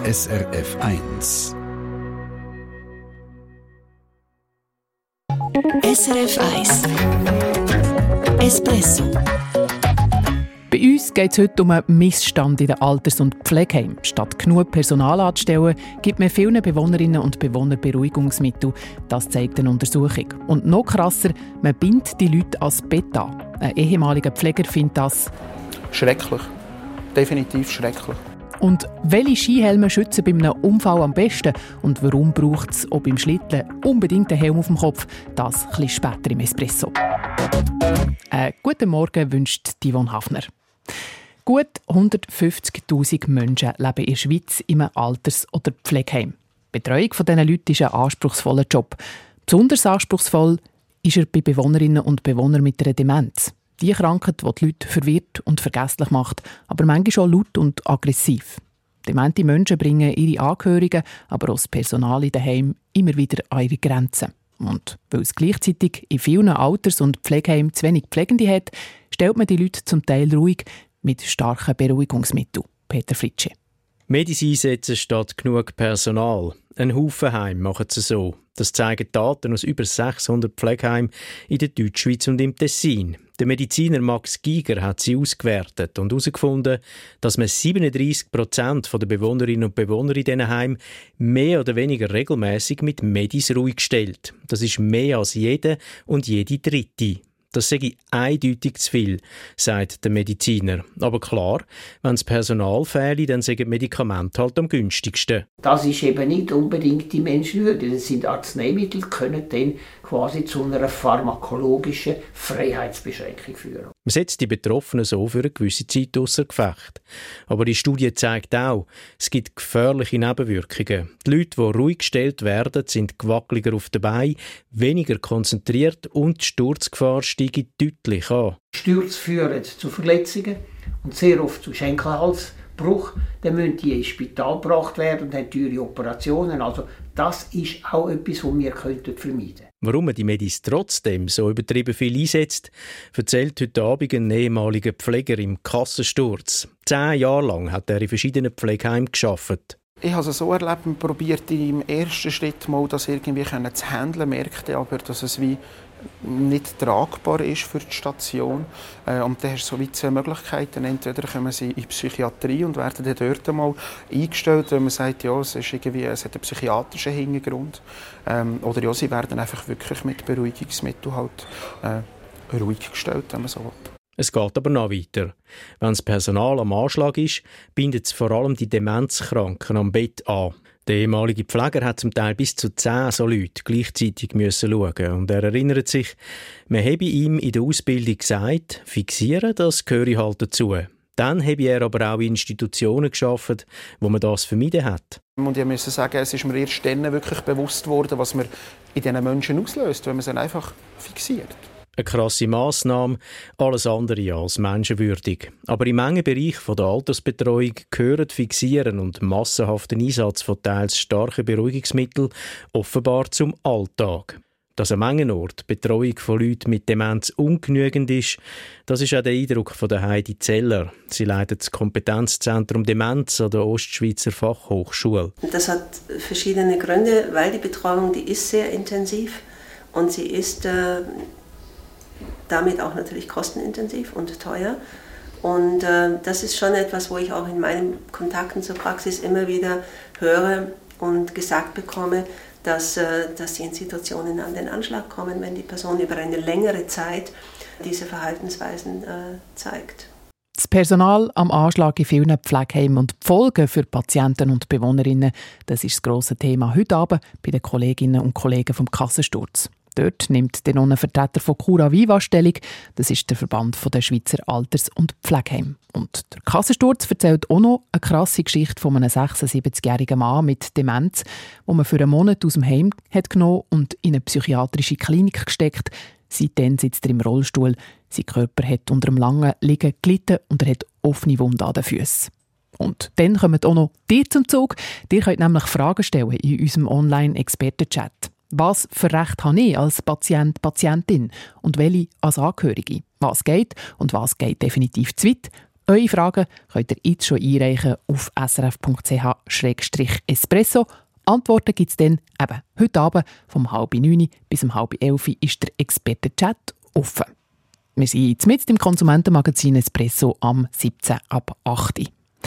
SRF 1. SRF 1 Espresso. Bei uns geht es heute um einen Missstand in den Alters- und Pflegeheimen. Statt genug Personal anzustellen, gibt man vielen Bewohnerinnen und Bewohnern Beruhigungsmittel. Das zeigt eine Untersuchung. Und noch krasser, man bindet die Leute ans Bett an. Ein ehemaliger Pfleger findet das schrecklich. Definitiv schrecklich. Und welche Skihelme schützen bei einem Unfall am besten? Und warum braucht es auch beim Schlitteln unbedingt einen Helm auf dem Kopf? Das ein bisschen später im Espresso. Guten Morgen wünscht Yvonne Hafner. Gut 150'000 Menschen leben in der Schweiz in einem Alters- oder Pflegeheim. Die Betreuung von diesen Leuten ist ein anspruchsvoller Job. Besonders anspruchsvoll ist er bei Bewohnerinnen und Bewohnern mit einer Demenz. Die Krankheit, die die Leute verwirrt und vergesslich macht, aber manchmal auch laut und aggressiv. Demente Menschen bringen ihre Angehörigen, aber auch das Personal in den Heimen immer wieder an ihre Grenzen. Und weil es gleichzeitig in vielen Alters- und Pflegeheimen zu wenig Pflegende hat, stellt man die Leute zum Teil ruhig mit starken Beruhigungsmitteln. Peter Fritsche. Medis einsetzen statt genug Personal. Ein Haufen Heime machen es so. Das zeigen Daten aus über 600 Pflegeheimen in der Deutschschweiz und im Tessin. Der Mediziner Max Giger hat sie ausgewertet und herausgefunden, dass man 37% der Bewohnerinnen und Bewohner in diesen Heimen mehr oder weniger regelmäßig mit Medis ruhig stellt. Das ist mehr als jede und jede Dritte. Das sei eindeutig zu viel, sagt der Mediziner. Aber klar, wenn das Personal fehle, dann sind Medikamente halt am günstigsten. Das ist eben nicht unbedingt die Menschenwürde. Das sind Arzneimittel, können dann quasi zu einer pharmakologischen Freiheitsbeschränkung führen. Man setzt die Betroffenen so für eine gewisse Zeit ausser Gefecht. Aber die Studie zeigt auch, es gibt gefährliche Nebenwirkungen. Die Leute, die ruhig gestellt werden, sind gewackeliger auf den Beinen, weniger konzentriert und die Sturzgefahr steigt deutlich an. Stürze führen zu Verletzungen und sehr oft zu Schenkelhalsbruch. Dann müssen die ins Spital gebracht werden und haben teure Operationen. Also das ist auch etwas, was wir vermeiden könnten. Warum man die Medis trotzdem so übertrieben viel einsetzt, erzählt heute Abend ein ehemaliger Pfleger im Kassensturz. 10 Jahre lang hat er in verschiedenen Pflegeheimen gearbeitet. Ich habe es so erlebt, man probiert im ersten Schritt mal das irgendwie zu handeln, merkte aber, dass es wie nicht tragbar ist für die Station. Und dann hast du so wie 2 Möglichkeiten. Entweder kommen sie in die Psychiatrie und werden dann dort mal eingestellt, wenn man sagt, ja, es hat einen psychiatrischen Hintergrund. Oder ja, sie werden einfach wirklich mit Beruhigungsmitteln halt, ruhig gestellt, wenn man so will. Es geht aber noch weiter. Wenn das Personal am Anschlag ist, bindet es vor allem die Demenzkranken am Bett an. Der ehemalige Pfleger hat zum Teil bis zu 10 so Leute gleichzeitig schauen. Und er erinnert sich, man habe ihm in der Ausbildung gesagt, fixieren, das gehöre halt dazu. Dann habe er aber auch in Institutionen gearbeitet, wo man das vermieden hat. Und ich muss sagen, es ist mir erst dann wirklich bewusst worden, was man in diesen Menschen auslöst, wenn man sie einfach fixiert. Eine krasse Massnahme, alles andere als menschenwürdig. Aber im engen Bereich der Altersbetreuung gehören Fixieren und massenhaften Einsatz von teils starken Beruhigungsmitteln offenbar zum Alltag. Dass an manchen Orten die Betreuung von Leuten mit Demenz ungenügend ist, das ist auch der Eindruck von der Heidi Zeller. Sie leitet das Kompetenzzentrum Demenz an der Ostschweizer Fachhochschule. Das hat verschiedene Gründe, weil die Betreuung, die ist sehr intensiv und sie ist damit auch natürlich kostenintensiv und teuer. Und das ist schon etwas, wo ich auch in meinen Kontakten zur Praxis immer wieder höre und gesagt bekomme, dass die Institutionen an den Anschlag kommen, wenn die Person über eine längere Zeit diese Verhaltensweisen zeigt. Das Personal am Anschlag in vielen Pflegeheimen und die Folgen für Patienten und Bewohnerinnen, das ist das grosse Thema heute Abend bei den Kolleginnen und Kollegen vom Kassensturz. Dort nimmt dann noch ein Vertreter von Cura Viva Stellung. Das ist der Verband der Schweizer Alters- und Pflegeheime. Und der Kassensturz erzählt auch noch eine krasse Geschichte von einem 76-jährigen Mann mit Demenz, den man für einen Monat aus dem Heim hat genommen und in eine psychiatrische Klinik gesteckt. Seitdem sitzt er im Rollstuhl. Sein Körper hat unter dem langen Liegen gelitten und er hat offene Wunden an den Füßen. Und dann kommen auch noch ihr zum Zug. Ihr könnt nämlich Fragen stellen in unserem Online-Experten-Chat. Was für Recht habe ich als Patient, Patientin und welche als Angehörige? Was geht und was geht definitiv zu weit? Eure Fragen könnt ihr jetzt schon einreichen auf srf.ch/espresso. Antworten gibt es dann eben heute Abend vom 8:30 bis 10:30 ist der Experten-Chat offen. Wir sind jetzt im Konsumentenmagazin Espresso am 17 ab 8.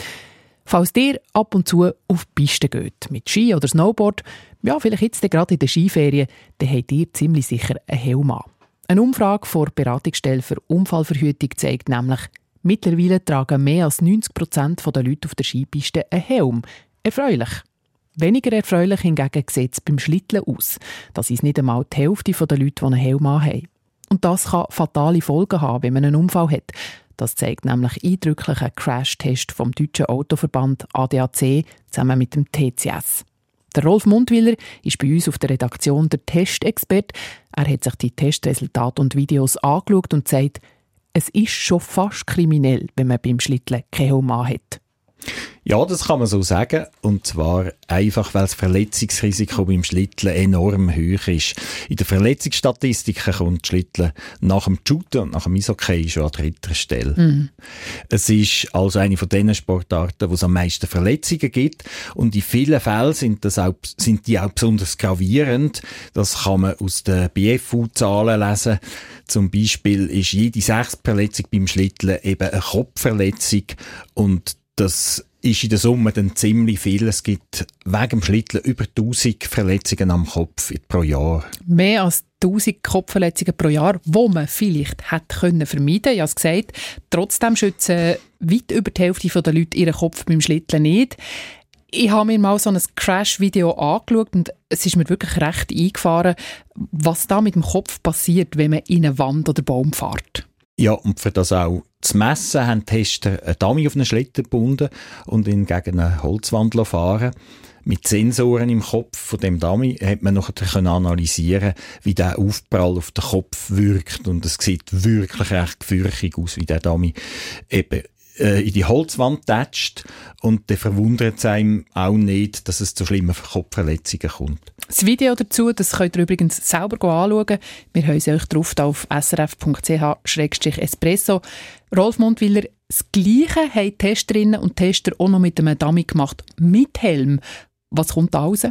Falls ihr ab und zu auf die Piste geht, mit Ski oder Snowboard, ja, vielleicht jetzt gerade in den Skiferien, dann habt ihr ziemlich sicher einen Helm an. Eine Umfrage vor Beratungsstelle für Unfallverhütung zeigt nämlich, mittlerweile tragen mehr als 90% der Leute auf der Skipiste einen Helm. Erfreulich. Weniger erfreulich hingegen sieht es beim Schlitteln aus. Das ist nicht einmal die Hälfte der Leute, die einen Helm haben. Und das kann fatale Folgen haben, wenn man einen Unfall hat. Das zeigt nämlich eindrücklich ein Crash-Test vom Deutschen Autoverband ADAC zusammen mit dem TCS. Der Rolf Mundwiller ist bei uns auf der Redaktion der Testexperte. Er hat sich die Testresultate und Videos angeschaut und sagt, es ist schon fast kriminell, wenn man beim Schlitteln keinen Helm hat. Ja, das kann man so sagen. Und zwar einfach, weil das Verletzungsrisiko beim Schlitteln enorm hoch ist. In den Verletzungsstatistiken kommt Schlitteln nach dem Shooten und nach dem Eishockey schon an dritter Stelle. Es ist also eine von den Sportarten, wo es am meisten Verletzungen gibt. Und in vielen Fällen sind die auch besonders gravierend. Das kann man aus den BFU-Zahlen lesen. Zum Beispiel ist jede 6. Verletzung beim Schlitteln eben eine Kopfverletzung. Und das ist in der Summe dann ziemlich viel. Es gibt wegen dem Schlitteln über 1000 Verletzungen am Kopf pro Jahr. Mehr als 1000 Kopfverletzungen pro Jahr, die man vielleicht hätte vermeiden können. Ich habe es gesagt, trotzdem schützen weit über die Hälfte der Leute ihren Kopf beim Schlitteln nicht. Ich habe mir mal so ein Crash-Video angeschaut und es ist mir wirklich recht eingefahren, was da mit dem Kopf passiert, wenn man in eine Wand oder Baum fährt. Ja, und für das auch zu messen, haben die Tester einen Dummy auf einen Schlitten gebunden und ihn gegen eine Holzwand fahren. Mit Sensoren im Kopf von dem Dummy hat man nachher analysieren, wie der Aufprall auf den Kopf wirkt. Und es sieht wirklich recht gefürchtig aus, wie der Dummy eben in die Holzwand tätscht. Und dann verwundert es einem auch nicht, dass es zu schlimmen Kopfverletzungen kommt. Das Video dazu, das könnt ihr übrigens selber anschauen. Wir haben es euch drauf auf srf.ch/espresso. Rolf Mundwiller, das Gleiche haben die Testerinnen und Tester auch noch mit einem Dummy gemacht, mit Helm. Was kommt da raus?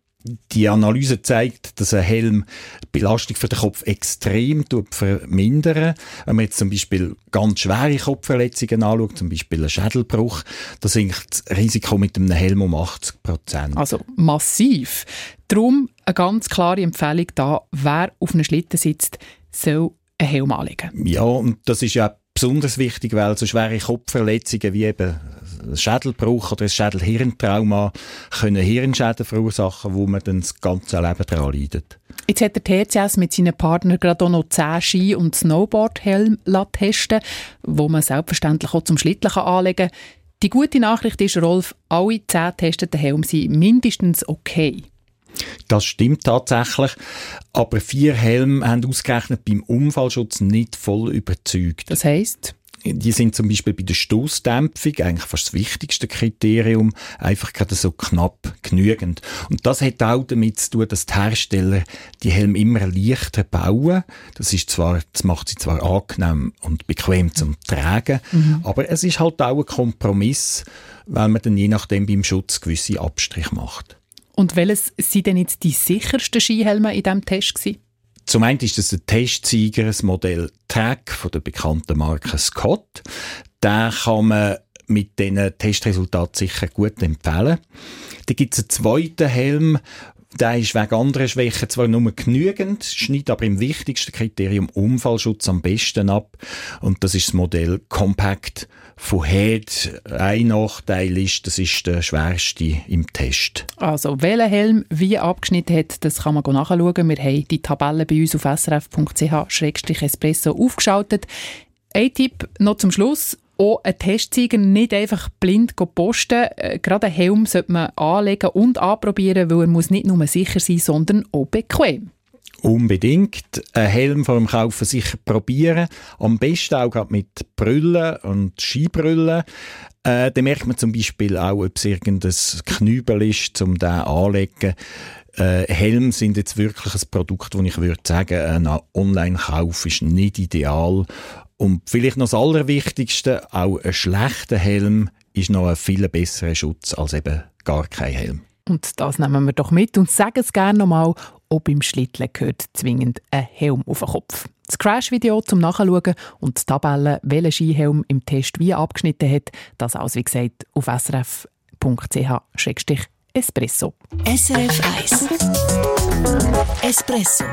Die Analyse zeigt, dass ein Helm die Belastung für den Kopf extrem vermindern. Wenn man jetzt zum Beispiel ganz schwere Kopfverletzungen anschaut, zum Beispiel einen Schädelbruch, da sinkt das Risiko mit einem Helm um 80%. Also massiv. Darum eine ganz klare Empfehlung da, wer auf einem Schlitten sitzt, soll einen Helm anlegen. Ja, und das ist ja besonders wichtig, weil so schwere Kopfverletzungen wie eben ein Schädelbruch oder ein Schädelhirntrauma können Hirnschäden verursachen, wo man dann das ganze Leben daran leidet. Jetzt hat der TCS mit seinen Partnern gerade auch noch 10 Ski- und Snowboard-Helme testen, wo man selbstverständlich auch zum Schlitteln anlegen kann. Die gute Nachricht ist, Rolf, alle 10 getesteten Helme sind mindestens okay. Das stimmt tatsächlich, aber 4 Helme haben ausgerechnet beim Unfallschutz nicht voll überzeugt. Das heisst? Die sind zum Beispiel bei der Stossdämpfung eigentlich fast das wichtigste Kriterium, einfach gerade so knapp genügend. Und das hat auch damit zu tun, dass die Hersteller die Helme immer leichter bauen. Das macht sie zwar angenehm und bequem zum Tragen, aber es ist halt auch ein Kompromiss, weil man dann je nachdem beim Schutz gewisse Abstriche macht. Und welches sind denn jetzt die sichersten Skihelme in diesem Test gewesen? Zum einen ist das der Testsieger, das Modell Track von der bekannten Marke Scott. Den kann man mit diesen Testresultaten sicher gut empfehlen. Dann gibt es einen zweiten Helm, der ist wegen anderer Schwächen zwar nur genügend, schneidet aber im wichtigsten Kriterium Unfallschutz am besten ab. Und das ist das Modell Compact von Head. Ein Nachteil ist, das ist der schwerste im Test. Also, welcher Helm wie abgeschnitten hat, das kann man nachschauen. Wir haben die Tabelle bei uns auf srf.ch/espresso aufgeschaltet. Ein Tipp noch zum Schluss. Auch einen Testsieger nicht einfach blind posten. Gerade einen Helm sollte man anlegen und anprobieren, weil er muss nicht nur sicher sein, sondern auch bequem. Unbedingt. Einen Helm vor dem Kaufen sicher probieren. Am besten auch gerade mit Brüllen und Skibrüllen. Dann merkt man zum Beispiel auch, ob es irgendein Knübel ist, um den anzulegen. Helme sind jetzt wirklich ein Produkt, wo ich würde sagen, ein Online-Kauf ist nicht ideal. Und vielleicht noch das Allerwichtigste, auch ein schlechter Helm ist noch ein viel besserer Schutz als eben gar kein Helm. Und das nehmen wir doch mit und sagen es gerne nochmal, ob im Schlitteln gehört zwingend ein Helm auf den Kopf. Das Crash-Video zum Nachschauen und die Tabelle, welcher Skihelm im Test wie abgeschnitten hat, das alles wie gesagt auf srf.ch/espresso. SRF 1 Espresso.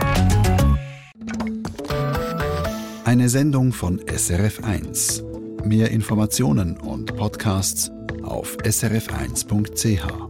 Eine Sendung von SRF 1. Mehr Informationen und Podcasts auf srf1.ch.